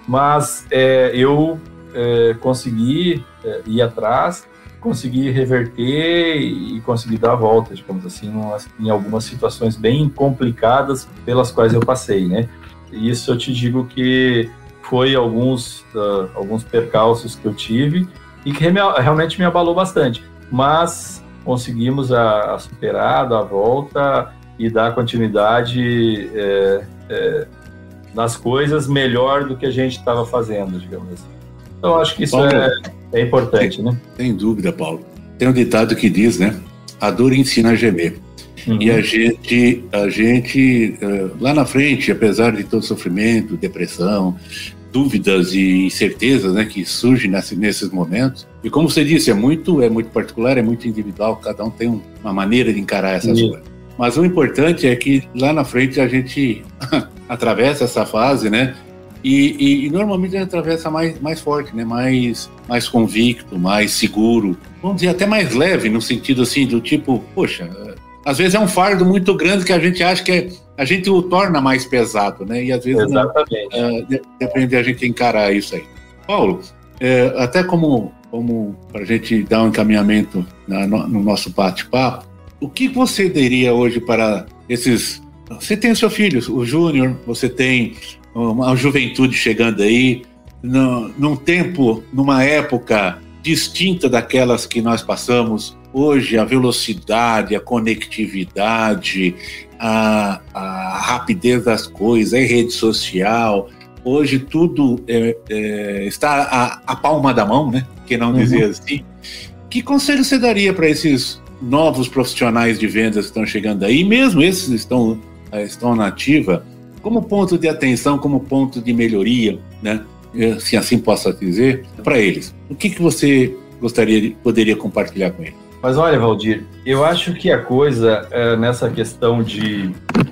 Mas é, eu é, consegui é, ir atrás, consegui reverter e consegui dar a volta, digamos assim, em algumas situações bem complicadas pelas quais eu passei, né? E isso eu te digo que foi alguns, uh, alguns percalços que eu tive e que realmente me abalou bastante. Mas conseguimos a, a superar, dar a volta e dar continuidade é, é, nas coisas melhor do que a gente estava fazendo, digamos assim. Então, acho que isso Paulo, é, é importante, sem, né? Sem dúvida, Paulo. Tem um ditado que diz, né? A dor ensina a gemer. Uhum. E a gente, a gente, lá na frente, apesar de todo sofrimento, depressão, dúvidas e incertezas, né, que surgem nesse, nesses momentos. E como você disse, é muito, é muito particular, é muito individual, cada um tem um, uma maneira de encarar essas Sim. coisas. Mas o importante é que lá na frente a gente atravessa essa fase, né, e, e, e normalmente a gente atravessa mais, mais forte, né, mais, mais convicto, mais seguro, vamos dizer até mais leve, no sentido assim, do tipo, poxa, às vezes é um fardo muito grande que a gente acha que é, a gente o torna mais pesado, né? E às vezes Exatamente. Não, uh, depende de a gente encarar isso aí. Paulo, é, até como, como para a gente dar um encaminhamento na, no, no nosso bate-papo, o que você diria hoje para esses... Você tem o seu filho, o Júnior, você tem uma juventude chegando aí, no, num tempo, numa época distinta daquelas que nós passamos. Hoje, a velocidade, a conectividade, a, a rapidez das coisas, a rede social, hoje tudo é, é, está à, à palma da mão, né? Que não dizer uhum. assim. Que conselho você daria para esses novos profissionais de vendas que estão chegando aí, mesmo esses que estão, estão na ativa, como ponto de atenção, como ponto de melhoria, né? Se assim posso dizer, para eles? O que, que você gostaria de, poderia compartilhar com eles? Mas olha, Valdir, eu acho que a coisa é, nessa questão de,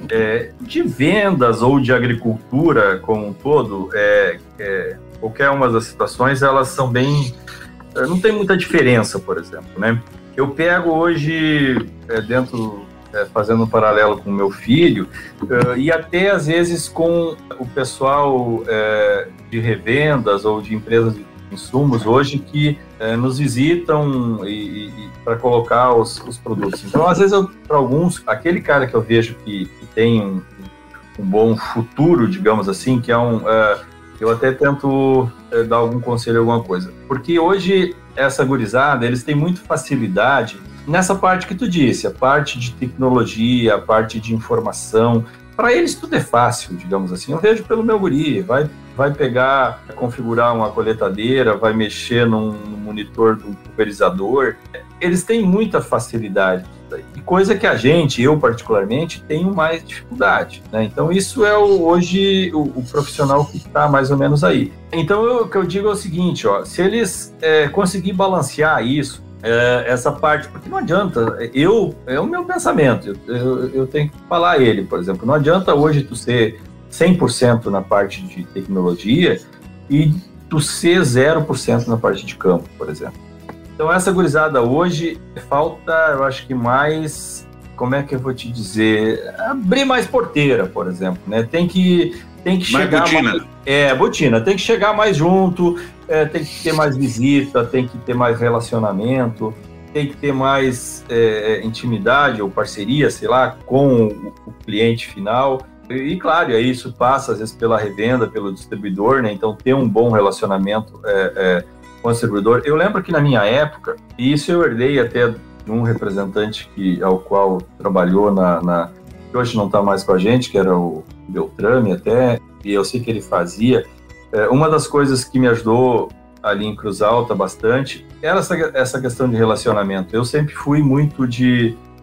é, de vendas ou de agricultura como um todo, é, é, qualquer uma das situações, elas são bem... Não tem muita diferença, por exemplo, né? Eu pego hoje, é, dentro, é, fazendo um paralelo com o meu filho, é, e até às vezes com o pessoal é, de revendas ou de empresas de insumos hoje que é, nos visitam e, e para colocar os, os produtos. Então, às vezes, para alguns, aquele cara que eu vejo que, que tem um, um bom futuro, digamos assim, que é um... É, eu até tento é, dar algum conselho, alguma coisa. Porque hoje, essa gurizada, eles têm muita facilidade nessa parte que tu disse, a parte de tecnologia, a parte de informação. Para eles tudo é fácil, digamos assim. Eu vejo pelo meu guri, vai, vai pegar, configurar uma coletadeira, vai mexer num, num monitor do pulverizador. Eles têm muita facilidade. E coisa que a gente, eu particularmente, tenho mais dificuldade, né? Então isso é o, hoje o, o profissional que está mais ou menos aí. Então eu, o que eu digo é o seguinte, ó, se eles é, conseguirem balancear isso, É, essa parte, porque não adianta, eu, é o meu pensamento, eu, eu, eu tenho que falar ele, por exemplo, não adianta hoje tu ser cem por cento na parte de tecnologia e tu ser zero por cento na parte de campo, por exemplo. Então essa gurizada hoje, falta, eu acho que mais, como é que eu vou te dizer, abrir mais porteira, por exemplo, né? Tem que, tem que mais chegar... botina. Mais, é, botina, tem que chegar mais junto, é, tem que ter mais visita, tem que ter mais relacionamento, tem que ter mais é, intimidade ou parceria, sei lá, com o, o cliente final. E, e, claro, isso passa, às vezes, pela revenda, pelo distribuidor, né? Então, ter um bom relacionamento é, é, com o distribuidor. Eu lembro que, na minha época, e isso eu herdei até de um representante que, ao qual trabalhou na... na que hoje não está mais com a gente, que era o Beltrame até, e eu sei que ele fazia. É, uma das coisas que me ajudou ali em Cruz Alta bastante era essa, essa questão de relacionamento. Eu sempre fui muito de,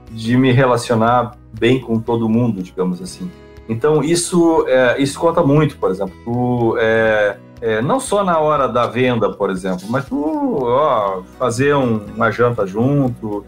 de me relacionar bem com todo mundo, digamos assim. Então, isso, é, isso conta muito, por exemplo. Tu, é, é, não só na hora da venda, por exemplo, mas tu ó, fazer um, uma janta junto,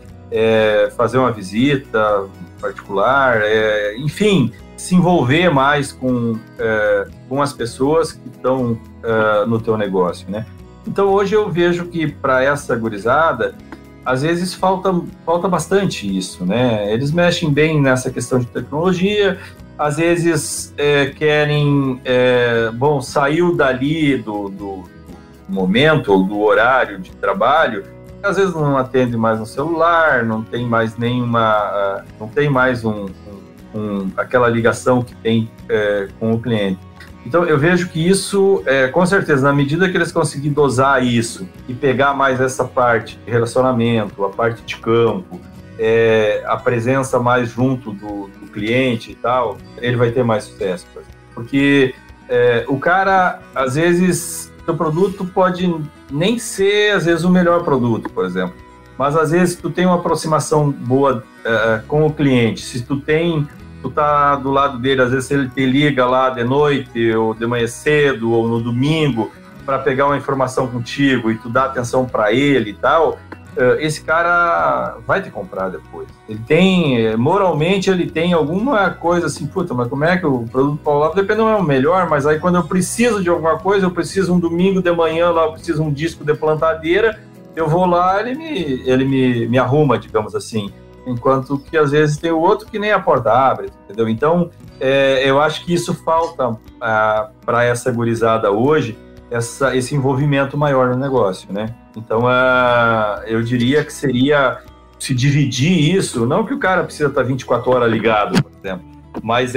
é, fazer uma visita particular, é, enfim, se envolver mais com, é, com as pessoas que estão é, no teu negócio, né? Então, hoje eu vejo que para essa gurizada, às vezes falta, falta bastante isso, né? Eles mexem bem nessa questão de tecnologia, às vezes é, querem, é, bom, saiu dali do, do, do momento ou do horário de trabalho, às vezes não atende mais no celular, não tem mais nenhuma, não tem mais um, um, um, aquela ligação que tem é, com o cliente. Então, eu vejo que isso, é, com certeza, na medida que eles conseguirem dosar isso e pegar mais essa parte de relacionamento, a parte de campo, é, a presença mais junto do, do cliente e tal, ele vai ter mais sucesso. Porque é, o cara, às vezes, o produto pode nem ser, às vezes, o melhor produto, por exemplo. Mas, às vezes, tu tem uma aproximação boa é, com o cliente, se tu tem... tu tá do lado dele, às vezes ele te liga lá de noite, ou de manhã cedo, ou no domingo, para pegar uma informação contigo e tu dá atenção para ele e tal, esse cara vai te comprar depois. Ele tem, moralmente, ele tem alguma coisa assim, puta, mas como é que o produto Paulo Olavo depende, não é o melhor, mas aí quando eu preciso de alguma coisa, eu preciso um domingo de manhã lá, eu preciso um disco de plantadeira, eu vou lá, ele me, ele me, me arruma, digamos assim. Enquanto que às vezes tem o outro que nem a porta abre, entendeu? Então, é, eu acho que isso falta ah, para essa gurizada hoje, essa, esse envolvimento maior no negócio, né? Então, ah, eu diria que seria se dividir isso, não que o cara precisa estar vinte e quatro horas ligado, por exemplo, mas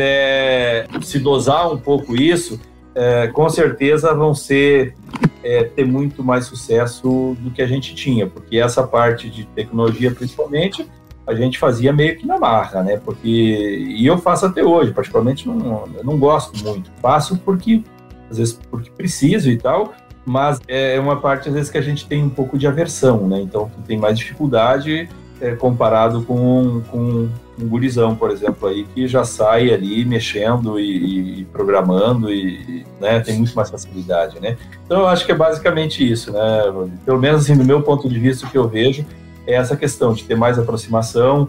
é se dosar um pouco isso, é, com certeza vão ser é, ter muito mais sucesso do que a gente tinha, porque essa parte de tecnologia, principalmente, a gente fazia meio que na marra, né? Porque, e eu faço até hoje, particularmente não, eu não gosto muito. Faço porque, às vezes, porque preciso e tal, mas é uma parte, às vezes, que a gente tem um pouco de aversão, né? Então, tu tem mais dificuldade é, comparado com, com um gurizão, por exemplo, aí, que já sai ali mexendo e, e programando e, né, tem muito mais facilidade, né? Então, eu acho que é basicamente isso, né? Pelo menos, assim, do meu ponto de vista, o que eu vejo é essa questão de ter mais aproximação,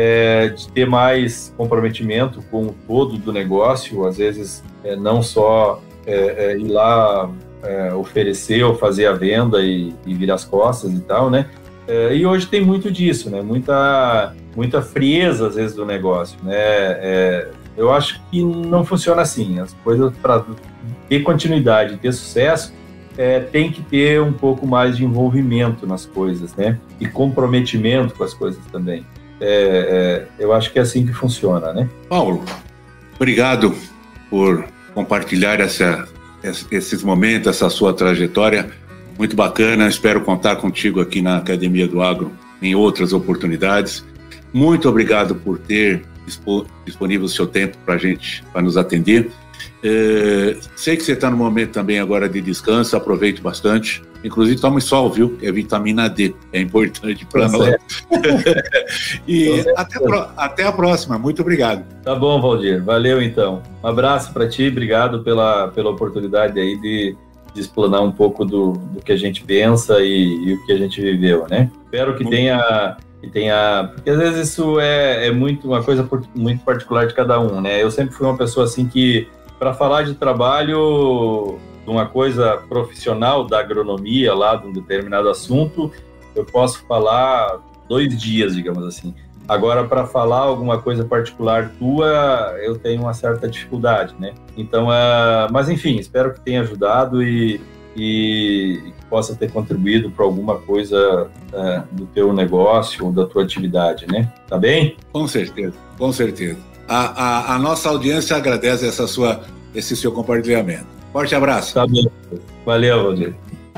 é, de ter mais comprometimento com o todo do negócio, às vezes é, não só é, é, ir lá é, oferecer ou fazer a venda e, e virar as costas e tal, né? É, e hoje tem muito disso, né? Muita, muita frieza, às vezes, do negócio, né? É, eu acho que não funciona assim. As coisas, para ter continuidade, ter sucesso, É, tem que ter um pouco mais de envolvimento nas coisas, né? E comprometimento com as coisas também. É, é, eu acho que é assim que funciona, né? Paulo, obrigado por compartilhar essa, esses momentos, essa sua trajetória. Muito bacana, espero contar contigo aqui na Academia do Agro em outras oportunidades. Muito obrigado por ter disponível o seu tempo para a gente, para nos atender. É, sei que você está no momento também agora de descanso, aproveite bastante, inclusive tome sol, viu? É vitamina D, é importante para nós. E até a, até a próxima, muito obrigado. Tá bom, Valdir, valeu então. Um abraço para ti, obrigado pela, pela oportunidade aí de, de explanar um pouco do, do que a gente pensa e, e o que a gente viveu, né? Espero que tenha... que tenha, porque às vezes isso é, é muito uma coisa muito particular de cada um, né? Eu sempre fui uma pessoa assim que, para falar de trabalho, de uma coisa profissional da agronomia lá, de um determinado assunto, eu posso falar dois dias, digamos assim. Agora, para falar alguma coisa particular tua, eu tenho uma certa dificuldade, né? Então, uh, mas enfim, espero que tenha ajudado e, e que possa ter contribuído para alguma coisa uh, do teu negócio ou da tua atividade, né? Tá bem? Com certeza, com certeza. A, a, a nossa audiência agradece essa sua, esse seu compartilhamento. Forte abraço. Tá bem. Valeu, Valdir.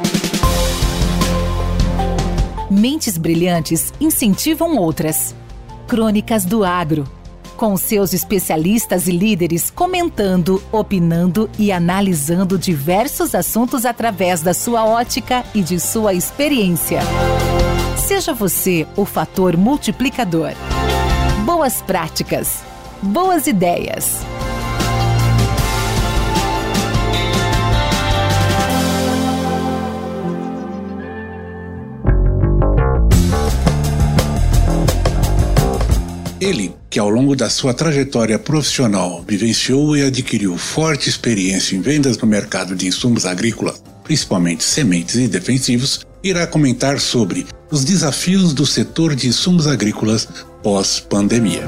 Mentes brilhantes incentivam outras. Crônicas do Agro. Com seus especialistas e líderes comentando, opinando e analisando diversos assuntos através da sua ótica e de sua experiência. Seja você o fator multiplicador. Boas práticas, boas ideias. Ele, que ao longo da sua trajetória profissional vivenciou e adquiriu forte experiência em vendas no mercado de insumos agrícolas, principalmente sementes e defensivos, irá comentar sobre os desafios do setor de insumos agrícolas pós-pandemia.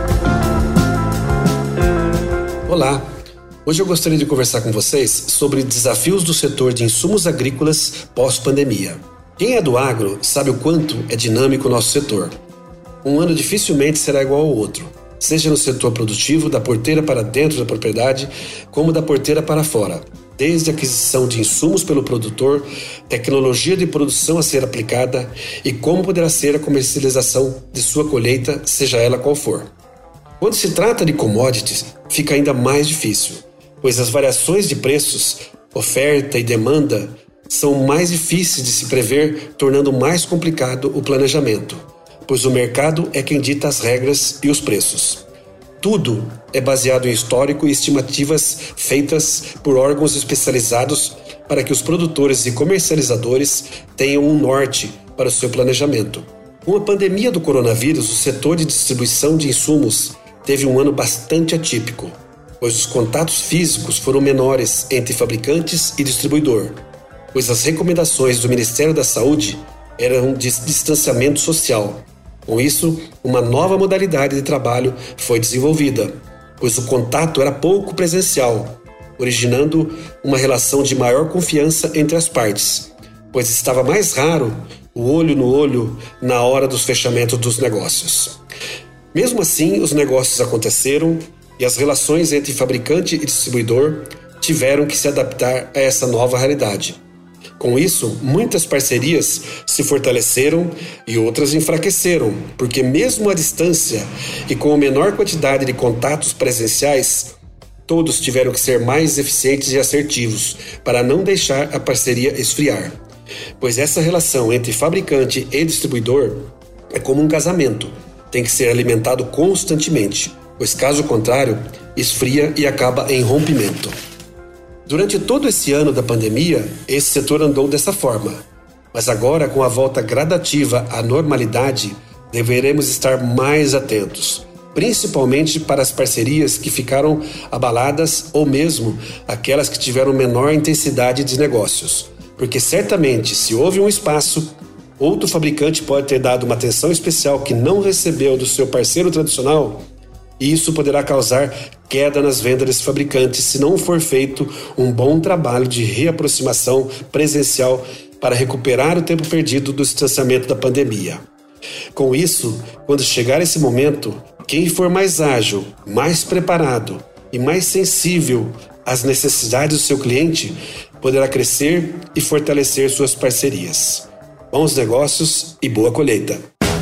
Olá! Hoje eu gostaria de conversar com vocês sobre desafios do setor de insumos agrícolas pós-pandemia. Quem é do agro sabe o quanto é dinâmico o nosso setor. Um ano dificilmente será igual ao outro, seja no setor produtivo, da porteira para dentro da propriedade, como da porteira para fora, desde a aquisição de insumos pelo produtor, tecnologia de produção a ser aplicada e como poderá ser a comercialização de sua colheita, seja ela qual for. Quando se trata de commodities, fica ainda mais difícil, pois as variações de preços, oferta e demanda são mais difíceis de se prever, tornando mais complicado o planejamento, pois o mercado é quem dita as regras e os preços. Tudo é baseado em histórico e estimativas feitas por órgãos especializados para que os produtores e comercializadores tenham um norte para o seu planejamento. Com a pandemia do coronavírus, o setor de distribuição de insumos teve um ano bastante atípico, pois os contatos físicos foram menores entre fabricantes e distribuidor, pois as recomendações do Ministério da Saúde eram de distanciamento social. Com isso, uma nova modalidade de trabalho foi desenvolvida, pois o contato era pouco presencial, originando uma relação de maior confiança entre as partes, pois estava mais raro o olho no olho na hora dos fechamentos dos negócios. Mesmo assim, os negócios aconteceram e as relações entre fabricante e distribuidor tiveram que se adaptar a essa nova realidade. Com isso, muitas parcerias se fortaleceram e outras enfraqueceram, porque mesmo à distância e com a menor quantidade de contatos presenciais, todos tiveram que ser mais eficientes e assertivos para não deixar a parceria esfriar. Pois essa relação entre fabricante e distribuidor é como um casamento, tem que ser alimentado constantemente, pois caso contrário, esfria e acaba em rompimento. Durante todo esse ano da pandemia, esse setor andou dessa forma. Mas agora, com a volta gradativa à normalidade, deveremos estar mais atentos, principalmente para as parcerias que ficaram abaladas ou mesmo aquelas que tiveram menor intensidade de negócios. Porque certamente, se houve um espaço, outro fabricante pode ter dado uma atenção especial que não recebeu do seu parceiro tradicional, e isso poderá causar queda nas vendas desse fabricante se não for feito um bom trabalho de reaproximação presencial para recuperar o tempo perdido do distanciamento da pandemia. Com isso, quando chegar esse momento, quem for mais ágil, mais preparado e mais sensível às necessidades do seu cliente poderá crescer e fortalecer suas parcerias. Bons negócios e boa colheita.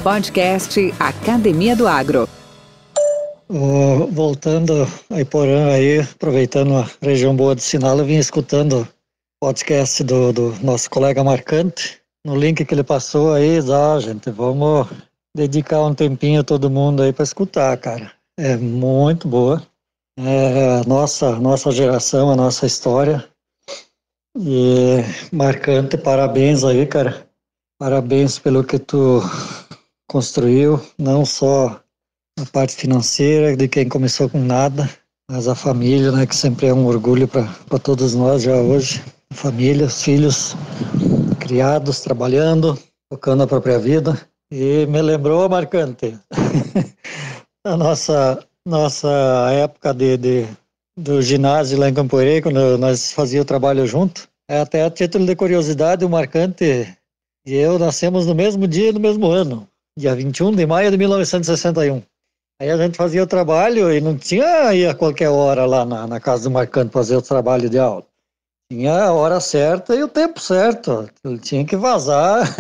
Podcast Academia do Agro. Uh, voltando a Iporã aí, aproveitando a região boa de Sinal, eu vim escutando o podcast do, do nosso colega Marcante. No link que ele passou aí, ah, gente, vamos dedicar um tempinho a todo mundo aí para escutar, cara. É muito boa. É a nossa, nossa geração, a nossa história. E Marcante, parabéns aí, cara. Parabéns pelo que tu construiu, não só a parte financeira de quem começou com nada, mas a família, né, que sempre é um orgulho para todos nós já hoje. A família, os filhos criados, trabalhando, tocando a própria vida. E me lembrou, Marcante, a nossa, nossa época de, de, do ginásio lá em Camporê, quando nós fazíamos o trabalho junto. Até a título de curiosidade, o Marcante e eu nascemos no mesmo dia e no mesmo ano, dia vinte e um de maio de mil novecentos e sessenta e um. Aí a gente fazia o trabalho e não tinha ir a qualquer hora lá na, na casa do Marcante fazer o trabalho de aula. Tinha a hora certa e o tempo certo. Ele tinha que vazar.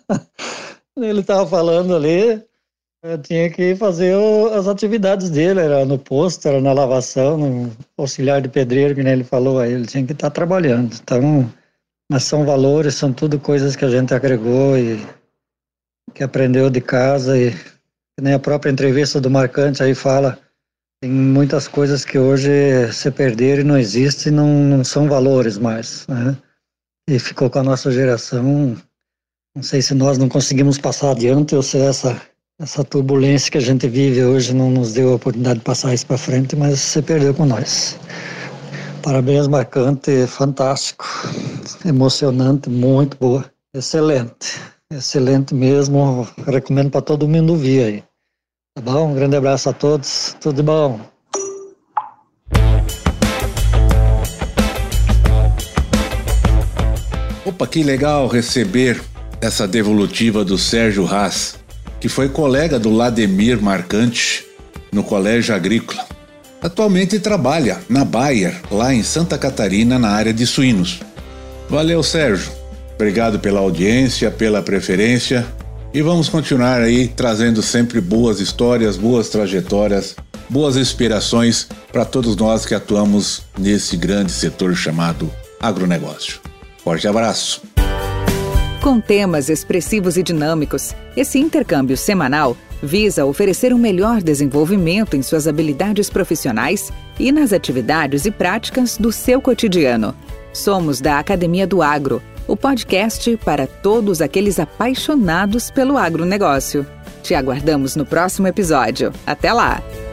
Ele estava falando ali, eu tinha que fazer o, as atividades dele. Era no posto, era na lavação, no auxiliar de pedreiro, que nem ele falou aí. Ele tinha que estar trabalhando. Então, mas são valores, são tudo coisas que a gente agregou e que aprendeu de casa e nem a própria entrevista do Marcante aí fala, tem muitas coisas que hoje se perderam e não existem, não, não são valores mais, né? E ficou com a nossa geração, não sei se nós não conseguimos passar adiante ou se essa, essa turbulência que a gente vive hoje não nos deu a oportunidade de passar isso para frente, mas se perdeu com nós. Parabéns, Marcante, fantástico, emocionante, muito boa, excelente, excelente mesmo, recomendo para todo mundo ouvir aí. Tá bom? Um grande abraço a todos, tudo de bom. Opa, que legal receber essa devolutiva do Sérgio Haas, que foi colega do Lademir Marcante no Colégio Agrícola. Atualmente trabalha na Bayer, lá em Santa Catarina, na área de suínos. Valeu, Sérgio. Obrigado pela audiência, pela preferência. E vamos continuar aí trazendo sempre boas histórias, boas trajetórias, boas inspirações para todos nós que atuamos nesse grande setor chamado agronegócio. Forte abraço! Com temas expressivos e dinâmicos, esse intercâmbio semanal visa oferecer um melhor desenvolvimento em suas habilidades profissionais e nas atividades e práticas do seu cotidiano. Somos da Academia do Agro, o podcast para todos aqueles apaixonados pelo agronegócio. Te aguardamos no próximo episódio. Até lá!